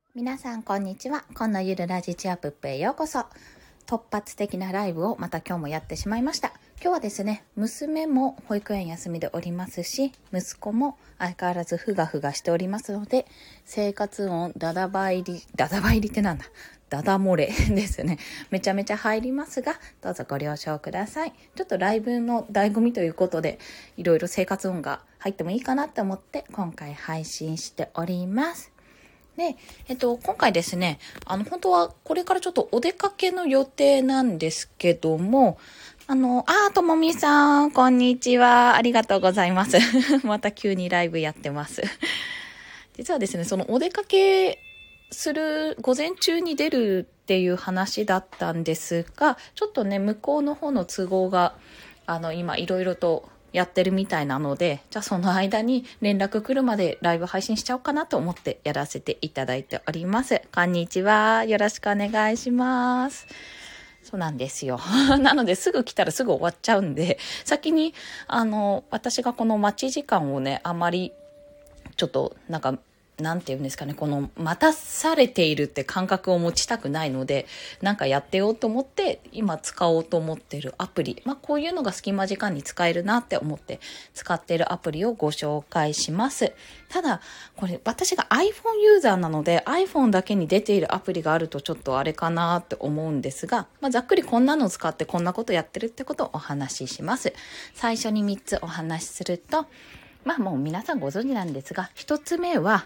皆さんこんにちは。今のゆるラジチアップへようこそ。突発的なライブをまた今日もやってしまいました。今日はですね、娘も保育園休みでおりますし、息子も相変わらずふがふがしておりますので、生活音ダダバ入りってなんだ、ダダ漏れですね。めちゃめちゃ入りますが、どうぞご了承ください。ちょっとライブの醍醐味ということで、いろいろ生活音が入ってもいいかなと思って今回配信しております。で、今回ですね、本当はこれからちょっとお出かけの予定なんですけども、ともみさん、こんにちは。ありがとうございます。また急にライブやってます。実はですね、そのお出かけする午前中に出るっていう話だったんですが、ちょっとね、向こうの方の都合が、今いろいろとやってるみたいなので、じゃあその間に連絡来るまでライブ配信しちゃおうかなと思ってやらせていただいております。こんにちは。よろしくお願いします。そうなんですよ。なのですぐ来たらすぐ終わっちゃうんで、先に、私がこの待ち時間をね、あまり、ちょっと、なんていうんですかね、この待たされているって感覚を持ちたくないので、なんかやってようと思って、今使おうと思っているアプリ。こういうのが隙間時間に使えるなって思って使っているアプリをご紹介します。ただ、これ私が iPhone ユーザーなので、iPhone だけに出ているアプリがあるとちょっとあれかなって思うんですが、ざっくりこんなのを使ってこんなことやってるってことをお話しします。最初に3つお話しすると、もう皆さんご存知なんですが、一つ目は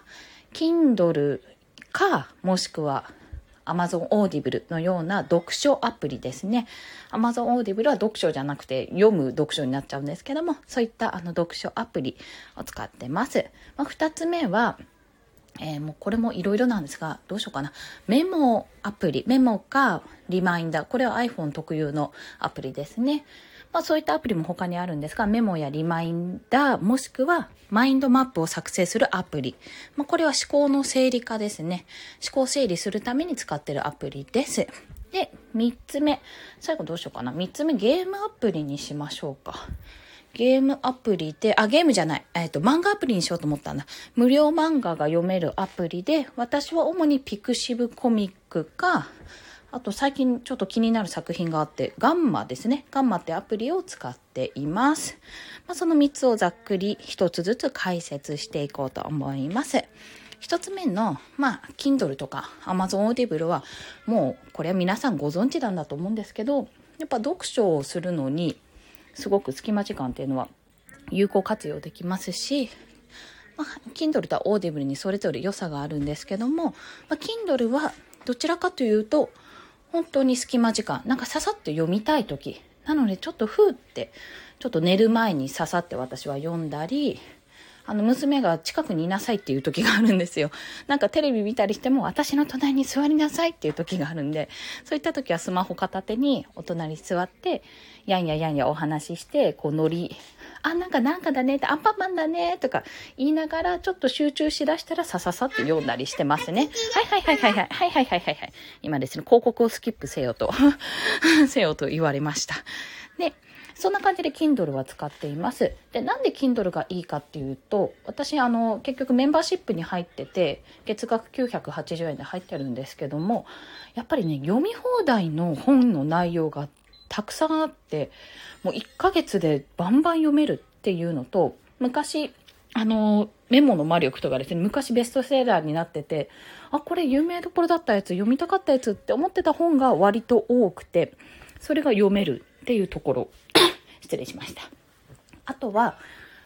Kindle かもしくは Amazon Audible のような読書アプリですね。Amazon Audible は読書じゃなくて読む読書になっちゃうんですけども、そういった読書アプリを使ってます。二つ目はもうこれもいろいろなんですが、どうしようかな。メモアプリ、メモかリマインダー。これは iPhone 特有のアプリですね。そういったアプリも他にあるんですが、メモやリマインダー、もしくはマインドマップを作成するアプリ。これは思考の整理化ですね。思考整理するために使っているアプリです。で、三つ目。最後どうしようかな。三つ目、ゲームアプリにしましょうか。ゲームアプリで、ゲームじゃない、漫画アプリにしようと思ったんだ。無料漫画が読めるアプリで、私は主にピクシブコミックか、あと最近ちょっと気になる作品があって、ガンマですね。ガンマってアプリを使っています。その3つをざっくり1つずつ解説していこうと思います。1つ目の、Kindle とか Amazon Audible は、もうこれは皆さんご存知なんだと思うんですけど、やっぱ読書をするのに、すごく隙間時間っていうのは有効活用できますし、Kindle と Audible にそれぞれ良さがあるんですけども、Kindle はどちらかというと、本当に隙間時間、ささって読みたい時なので、ちょっとちょっと寝る前にささって私は読んだり、娘が近くにいなさいっていう時があるんですよ。テレビ見たりしても私の隣に座りなさいっていう時があるんで、そういった時はスマホ片手にお隣座って、やんやお話しして、なんかだねって、アンパンマンだねとか言いながら、ちょっと集中しだしたらさって読んだりしてますね。はい。今ですね、広告をスキップせよと言われました。で、そんな感じで Kindle は使っています。で、なんで Kindle がいいかっていうと、私結局メンバーシップに入ってて、月額980円で入ってるんですけども、やっぱりね、読み放題の本の内容がたくさんあって、もう1ヶ月でバンバン読めるっていうのと、昔、メモの魔力とかですね、昔ベストセラーになってて、これ有名どころだったやつ、読みたかったやつって思ってた本が割と多くて、それが読めるっていうところ、失礼しました。あとは、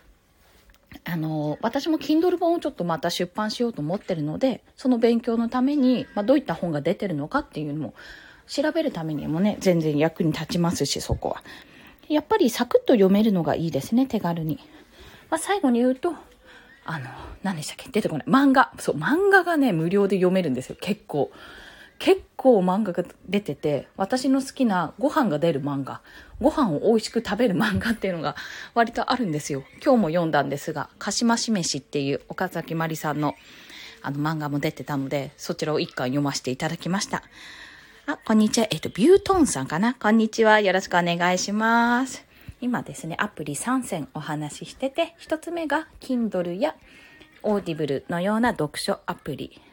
私も Kindle 本をちょっとまた出版しようと思ってるので、その勉強のために、どういった本が出てるのかっていうのも調べるためにもね、全然役に立ちますし、そこは。やっぱりサクッと読めるのがいいですね、手軽に。最後に言うと、何でしたっけ、出てこない。漫画。そう、漫画がね、無料で読めるんですよ、結構漫画が出てて、私の好きなご飯が出る漫画、ご飯を美味しく食べる漫画っていうのが割とあるんですよ。今日も読んだんですが、かしまし飯っていう岡崎まりさんの漫画も出てたので、そちらを一巻読ませていただきました。こんにちは。ビュートーンさんかな。こんにちは。よろしくお願いします。今ですね、アプリ3選お話ししてて、一つ目が Kindle や Audible のような読書アプリ。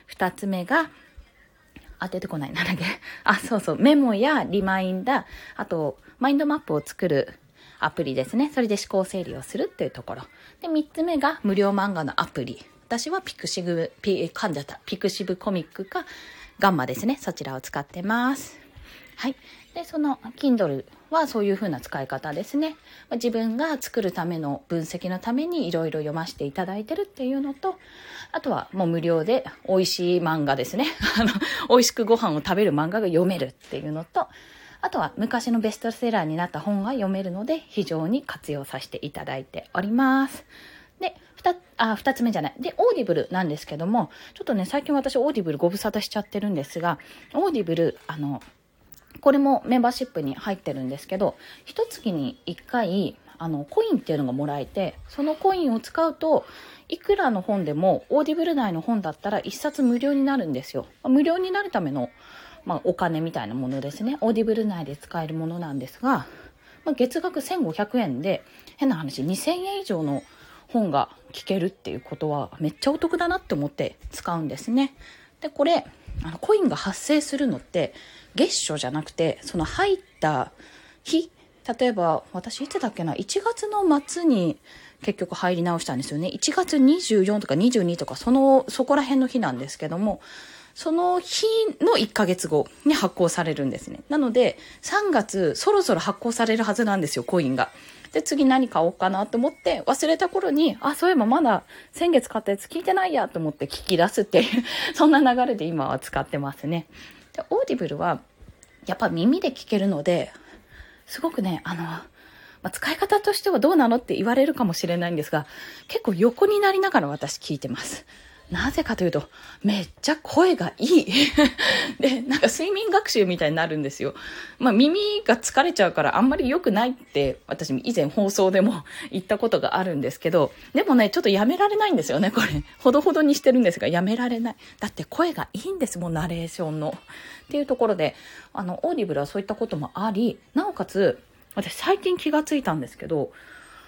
2つ目が、出てこない。なんだっけ。そうそう。メモやリマインダー、あと、マインドマップを作るアプリですね。それで思考整理をするっていうところ。で、3つ目が無料漫画のアプリ。私はピクシブコミックかガンマですね。そちらを使ってます。はい。で、その Kindle はそういう風な使い方ですね。自分が作るための分析のためにいろいろ読ませていただいてるっていうのと、あとはもう無料で美味しい漫画ですね。美味しくご飯を食べる漫画が読めるっていうのと、あとは昔のベストセラーになった本が読めるので非常に活用させていただいております。で、二つ目じゃない。で、オーディブルなんですけども、ちょっとね、最近私オーディブルご無沙汰しちゃってるんですが、オーディブル、これもメンバーシップに入ってるんですけど、一月に一回、コインっていうのがもらえて、そのコインを使うと、いくらの本でも、オーディブル内の本だったら一冊無料になるんですよ。無料になるための、お金みたいなものですね。オーディブル内で使えるものなんですが、月額1500円で、変な話、2000円以上の本が聞けるっていうことは、めっちゃお得だなって思って使うんですね。で、これ、コインが発生するのって、月初じゃなくて、その入った日、例えば私いつだっけな、1月の末に結局入り直したんですよね。1月24とか22とかそこら辺の日なんですけども、その日の1ヶ月後に発行されるんですね。なので3月そろそろ発行されるはずなんですよ、コインが。で、次何買おうかなと思って忘れた頃に、そういえばまだ先月買ったやつ聞いてないやと思って聞き出すっていうそんな流れで今は使ってますね。で、オーディブルはやっぱ耳で聞けるので、すごくね、使い方としてはどうなのって言われるかもしれないんですが、結構横になりながら私聞いてます。なぜかというと、めっちゃ声がいい。で、なんか睡眠学習みたいになるんですよ。耳が疲れちゃうからあんまり良くないって私以前放送でも言ったことがあるんですけど、でもね、ちょっとやめられないんですよね、これ。ほどほどにしてるんですが、やめられない。だって声がいいんですもん、ナレーションの。っていうところで、オーディブルはそういったこともあり、なおかつ、私最近気がついたんですけど、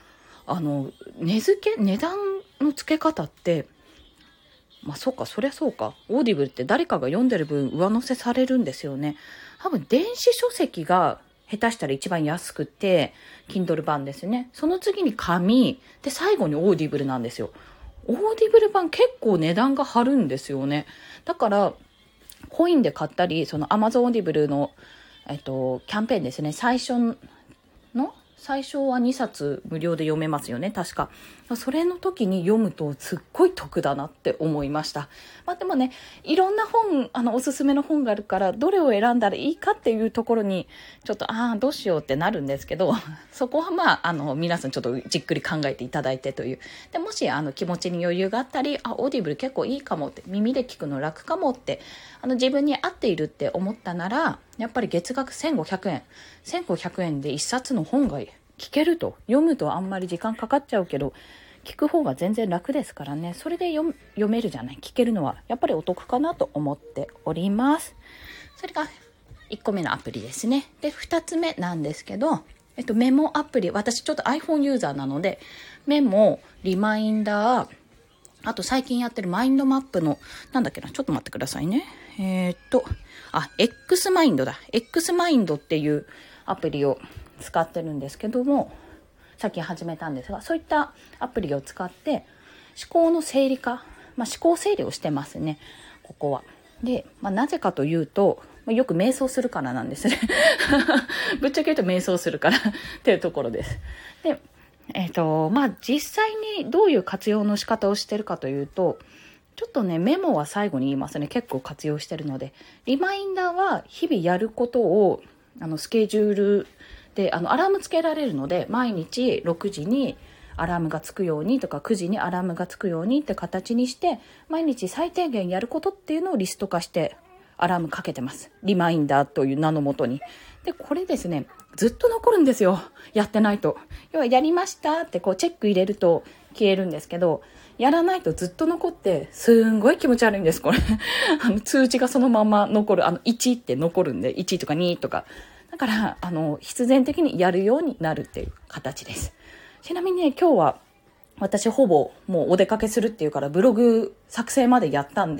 値段の付け方って、そうか、そりゃそうか。オーディブルって誰かが読んでる分上乗せされるんですよね。多分電子書籍が下手したら一番安くて、Kindle 版ですね。その次に紙、で最後にオーディブルなんですよ。オーディブル版結構値段が張るんですよね。だから、コインで買ったり、その Amazon オーディブルの、キャンペーンですね。最初は2冊無料で読めますよね、確か。それの時に読むとすっごい得だなって思いました。でもね、いろんな本、おすすめの本があるから、どれを選んだらいいかっていうところに、ちょっと、どうしようってなるんですけど、そこは皆さんちょっとじっくり考えていただいてという。で、もし、気持ちに余裕があったり、オーディブル結構いいかもって、耳で聞くの楽かもって、自分に合っているって思ったなら、やっぱり月額1500円。1500円で一冊の本が聞けると。読むとあんまり時間かかっちゃうけど、聞く方が全然楽ですからね。それで読めるじゃない。聞けるのはやっぱりお得かなと思っております。それが1個目のアプリですね。で、2つ目なんですけど、メモアプリ。私ちょっと iPhone ユーザーなので、メモ、リマインダー、あと最近やってるマインドマップの、なんだっけな、ちょっと待ってくださいね。X マインドだ。X マインドっていうアプリを使ってるんですけども、最近始めたんですが、そういったアプリを使って思考の整理化、思考整理をしてますね、ここは。で、なぜかというと、よく瞑想するからなんですね。ぶっちゃけ言うと瞑想するからっていうところです。で、実際にどういう活用の仕方をしてるかというと、ちょっとね、メモは最後に言いますね。結構活用してるので。リマインダーは日々やることを、スケジュールで、アラームつけられるので、毎日6時にアラームがつくようにとか、9時にアラームがつくようにって形にして、毎日最低限やることっていうのをリスト化して、アラームかけてます。リマインダーという名のもとに。で、これですね、ずっと残るんですよ。やってないと。要はやりましたってこうチェック入れると消えるんですけど、やらないとずっと残って、すんごい気持ち悪いんです、これ。通知がそのまま残る。1って残るんで、1とか2とか。だから、必然的にやるようになるっていう形です。ちなみにね、今日は、私ほぼもうお出かけするっていうからブログ作成までやったんで、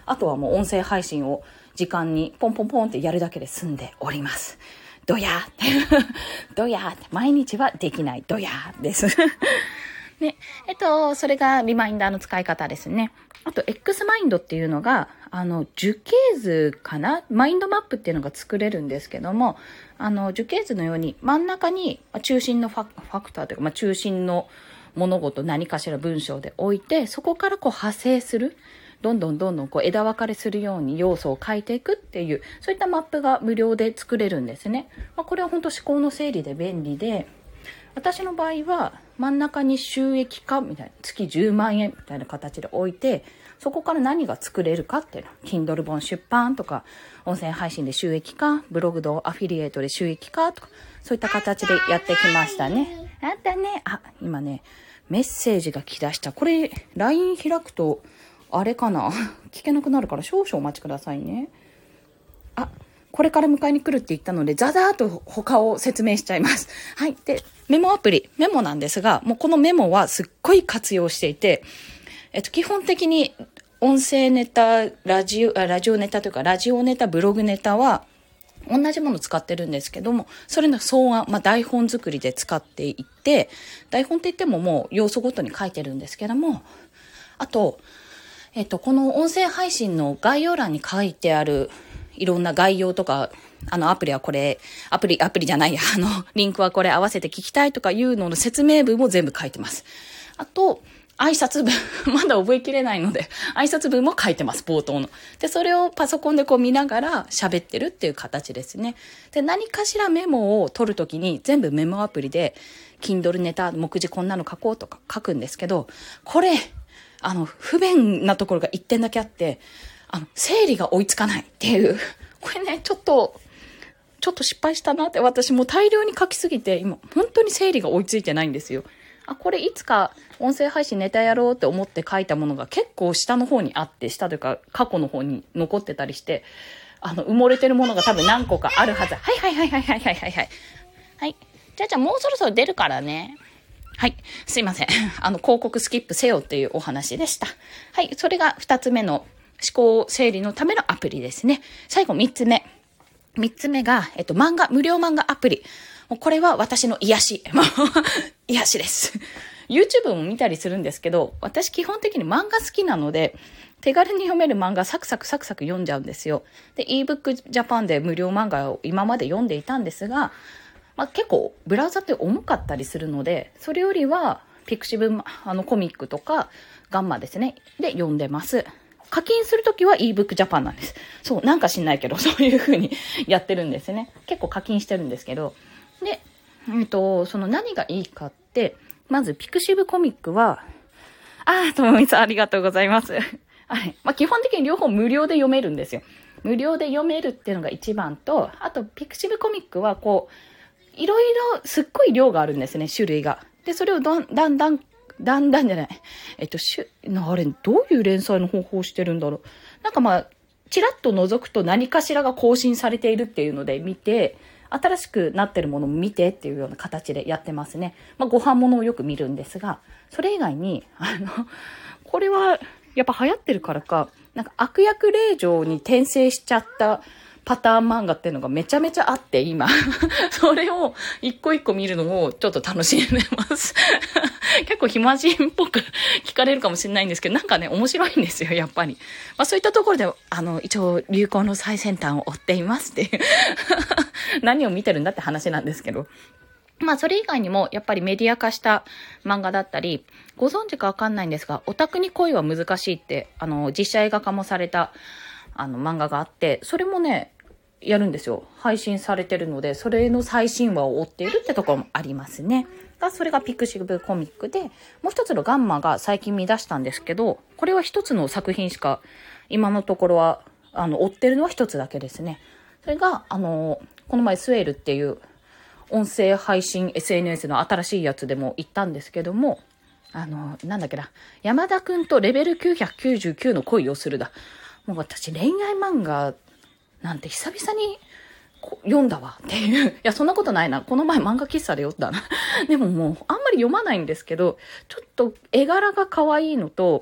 あとはもう音声配信を時間にポンポンポンってやるだけで済んでおります。どやーってどやーって毎日はできないどやーですね、それがリマインダーの使い方ですね。あと X マインドっていうのが樹形図かな、マインドマップっていうのが作れるんですけども、樹形図のように真ん中に中心のファクターというか、中心の物事何かしら文章で置いて、そこからこう派生する、どんどんこう枝分かれするように要素を変えていくっていう、そういったマップが無料で作れるんですね。これは本当思考の整理で便利で、私の場合は真ん中に収益化みたいな、月10万円みたいな形で置いて、そこから何が作れるかっていうの、Kindle 本出版とか、音声配信で収益化、ブログのアフィリエイトで収益化とか、そういった形でやってきましたね。あったね。今ね、メッセージが来だした。これ、LINE 開くと、あれかな聞けなくなるから少々お待ちくださいね。これから迎えに来るって言ったので、ザザーっと他を説明しちゃいます。はい。で、メモアプリ、メモなんですが、もうこのメモはすっごい活用していて、基本的に音声ネタ、ラジオネタというか、ラジオネタ、ブログネタは、同じものを使ってるんですけども、それの草案、台本作りで使っていって、台本って言ってももう要素ごとに書いてるんですけども、あと、この音声配信の概要欄に書いてあるいろんな概要とか、アプリはこれ、アプリじゃないや、リンクはこれ合わせて聞きたいとかいうのの説明文も全部書いてます。あと、挨拶文、まだ覚えきれないので、挨拶文も書いてます、冒頭の。で、それをパソコンでこう見ながら喋ってるっていう形ですね。で、何かしらメモを取るときに全部メモアプリで、Kindle ネタ、目次こんなの書こうとか書くんですけど、これ、不便なところが一点だけあって、整理が追いつかないっていう。これね、ちょっと失敗したなって、私もう大量に書きすぎて、今、本当に整理が追いついてないんですよ。これいつか音声配信ネタやろうって思って書いたものが結構下の方にあって、下というか過去の方に残ってたりして、埋もれてるものが多分何個かあるはず。はい。はい。じゃあもうそろそろ出るからね。はい。すいません。広告スキップせよっていうお話でした。はい。それが2つ目の思考整理のためのアプリですね。最後3つ目。3つ目が、無料漫画アプリ。これは私の癒し。癒しです。YouTube も見たりするんですけど、私基本的に漫画好きなので、手軽に読める漫画サクサク読んじゃうんですよ。で、ebook Japan で無料漫画を今まで読んでいたんですが、結構ブラウザって重かったりするので、それよりはピクシブコミックとかガンマですねで読んでます。課金するときは ebook Japan なんです。そう、なんか知んないけどそういう風にやってるんですね。結構課金してるんですけど、で、その何がいいかって、まずピクシブコミックは、ともみさんありがとうございます。基本的に両方無料で読めるんですよ。無料で読めるっていうのが一番と、あとピクシブコミックはこういろいろすっごい量があるんですね、種類が。で、それをだんだんじゃない。あれ、どういう連載の方法をしてるんだろう。ちらっと覗くと何かしらが更新されているっていうので見て、新しくなってるものを見てっていうような形でやってますね。ご飯物をよく見るんですが、それ以外に、これはやっぱ流行ってるからか、悪役令嬢に転生しちゃったパターン漫画っていうのがめちゃめちゃあって今それを一個一個見るのをちょっと楽しんでます結構暇人っぽく聞かれるかもしれないんですけど、面白いんですよ、やっぱり。そういったところで一応流行の最先端を追っていますっていう何を見てるんだって話なんですけど、それ以外にもやっぱりメディア化した漫画だったり、ご存知かわかんないんですが、オタクに恋は難しいって実写映画化もされた漫画があって、それもねやるんですよ。配信されてるので、それの最新話を追っているってところもありますね。それがピクシブコミックで、もう一つのガンマが最近見出したんですけど、これは一つの作品しか今のところは追ってるのは一つだけですね。それがこの前スウェールっていう音声配信 SNS の新しいやつでも言ったんですけども、山田くんとレベル999の恋をするだ。もう私恋愛漫画なんて久々に読んだわっていう。いや、そんなことないな。この前漫画喫茶で読んだな。でももうあんまり読まないんですけど、ちょっと絵柄が可愛いのと、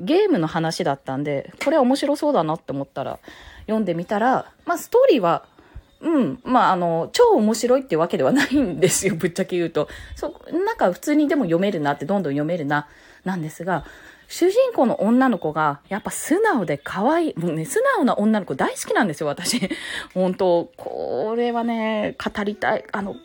ゲームの話だったんで、これ面白そうだなって思ったら読んでみたら、ストーリーは超面白いってわけではないんですよ、ぶっちゃけ言うと。なんか普通にでも読めるなって、どんどん読めるな、なんですが、主人公の女の子が、やっぱ素直で可愛い。もうね、素直な女の子大好きなんですよ、私。本当これはね、語りたい。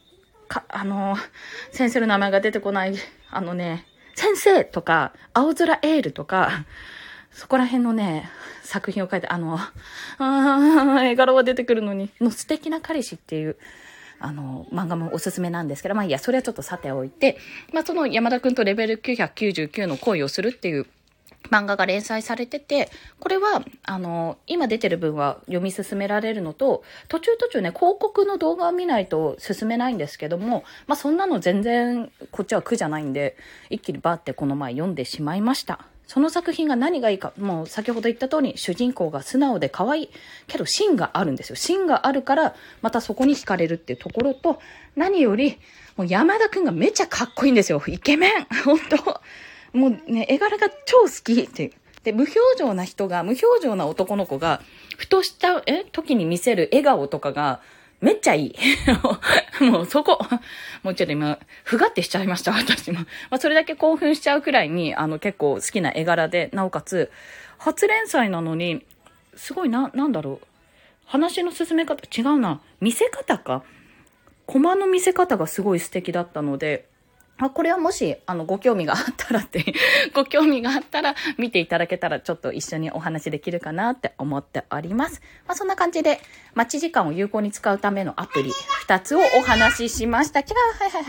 先生の名前が出てこない。先生とか、青空エールとか、そこら辺のね、作品を書いて、絵柄は出てくるのに、素敵な彼氏っていう、漫画もおすすめなんですけど、いや、それはちょっとさておいて、その山田くんとレベル999の恋をするっていう漫画が連載されてて、これは、今出てる分は読み進められるのと、途中ね、広告の動画を見ないと進めないんですけども、そんなの全然、こっちは苦じゃないんで、一気にバーってこの前読んでしまいました。その作品が何がいいか、もう先ほど言った通り、主人公が素直で可愛い。けど芯があるんですよ。芯があるから、またそこに惹かれるっていうところと、何より、もう山田くんがめちゃかっこいいんですよ。イケメン本当もうね、絵柄が超好きっていう。で、無表情な男の子が、ふとした時に見せる笑顔とかが、めっちゃいい。もうそこ。もうちょっと今、ふがってしちゃいました、私も。それだけ興奮しちゃうくらいに、結構好きな絵柄で、なおかつ、初連載なのに、すごいなんだろう。話の進め方、違うな。見せ方か。コマの見せ方がすごい素敵だったので、これはもし、ご興味があったら見ていただけたらちょっと一緒にお話できるかなって思っております。そんな感じで、待ち時間を有効に使うためのアプリ2つをお話ししました。はい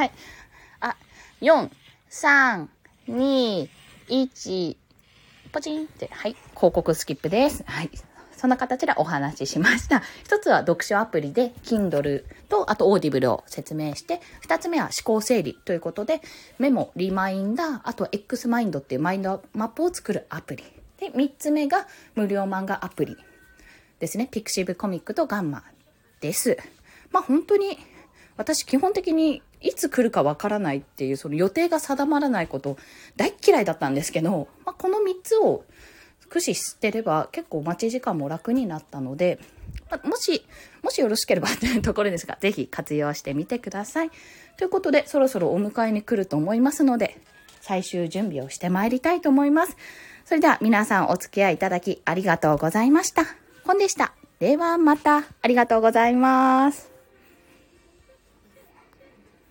。4、3、2、1、ポチンって、はい、広告スキップです。はい。そんな形でお話ししました。一つは読書アプリで Kindle とあと Audible を説明して、二つ目は思考整理ということでメモ、リマインダー、あと X マインドっていうマインドマップを作るアプリ。で、三つ目が無料漫画アプリですね。ピクシブコミックとガンマです。本当に私基本的にいつ来るかわからないっていうその予定が定まらないこと大嫌いだったんですけど、この三つを駆使してれば結構待ち時間も楽になったので、もしよろしければというところですが、ぜひ活用してみてください。ということで、そろそろお迎えに来ると思いますので、最終準備をしてまいりたいと思います。それでは皆さんお付き合いいただきありがとうございました。本でした。ではまた。ありがとうございます。